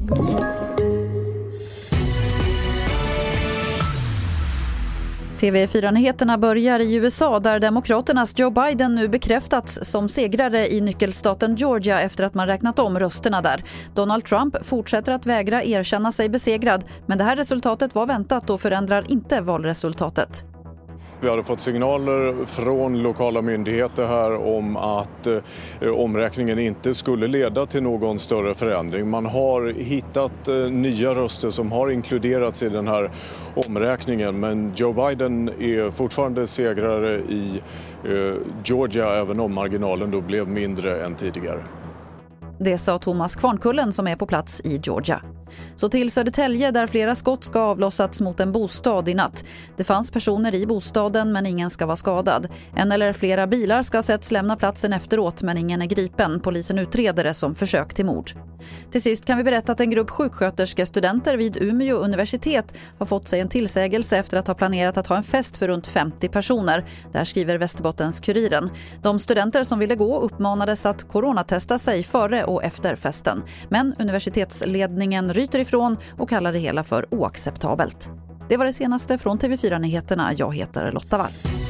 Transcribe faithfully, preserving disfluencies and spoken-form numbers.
T V fyra-nyheterna börjar i U S A där demokraternas Joe Biden nu bekräftats som segrare i nyckelstaten Georgia efter att man räknat om rösterna där. Donald Trump fortsätter att vägra erkänna sig besegrad, men det här resultatet var väntat och förändrar inte valresultatet. Vi hade fått signaler från lokala myndigheter här om att eh, omräkningen inte skulle leda till någon större förändring. Man har hittat eh, nya röster som har inkluderats i den här omräkningen, men Joe Biden är fortfarande segrare i eh, Georgia även om marginalen då blev mindre än tidigare. Det sa Thomas Kvarnkullen som är på plats i Georgia. Så till Södertälje där flera skott ska avlossats mot en bostad i natt. Det fanns personer i bostaden men ingen ska vara skadad. En eller flera bilar ska ha setts lämna platsen efteråt men ingen är gripen. Polisen utreder det som försök till mord. Till sist kan vi berätta att en grupp sjuksköterskestudenter vid Umeå universitet har fått sig en tillsägelse efter att ha planerat att ha en fest för runt femtio personer. Där skriver Västerbottens-Kuriren. De studenter som ville gå uppmanades att coronatesta sig före och efter festen. Men universitetsledningen ryter ifrån och kallar det hela för oacceptabelt. Det var det senaste från T V fyra-nyheterna. Jag heter Lotta Wall.